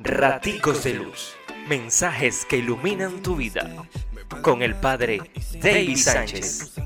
Raticos de Luz, mensajes que iluminan tu vida, con el Padre David Sánchez.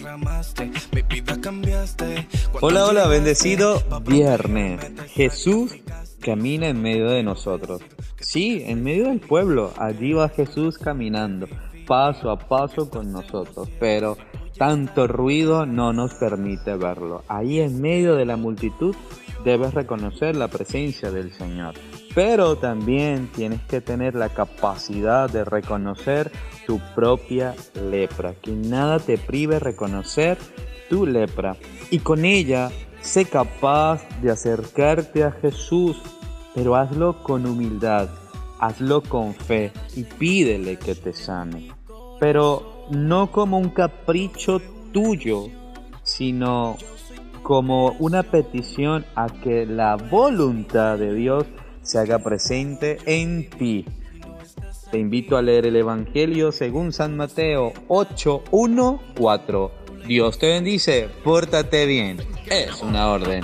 Hola, hola, bendecido viernes. Jesús camina en medio de nosotros. Sí, en medio del pueblo. Allí va Jesús caminando, paso a paso con nosotros. Pero tanto ruido no nos permite verlo. Ahí en medio de la multitud debes reconocer la presencia del Señor. Pero también tienes que tener la capacidad de reconocer tu propia lepra. Que nada te prive reconocer tu lepra. Y con ella, sé capaz de acercarte a Jesús. Pero hazlo con humildad, hazlo con fe y pídele que te sane. Pero no como un capricho tuyo, sino como una petición a que la voluntad de Dios se haga presente en ti. Te invito a leer el Evangelio según San Mateo 8:1-4. Dios te bendice, pórtate bien. Es una orden.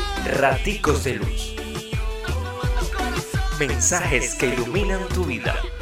Raticos de Luz, mensajes que iluminan tu vida.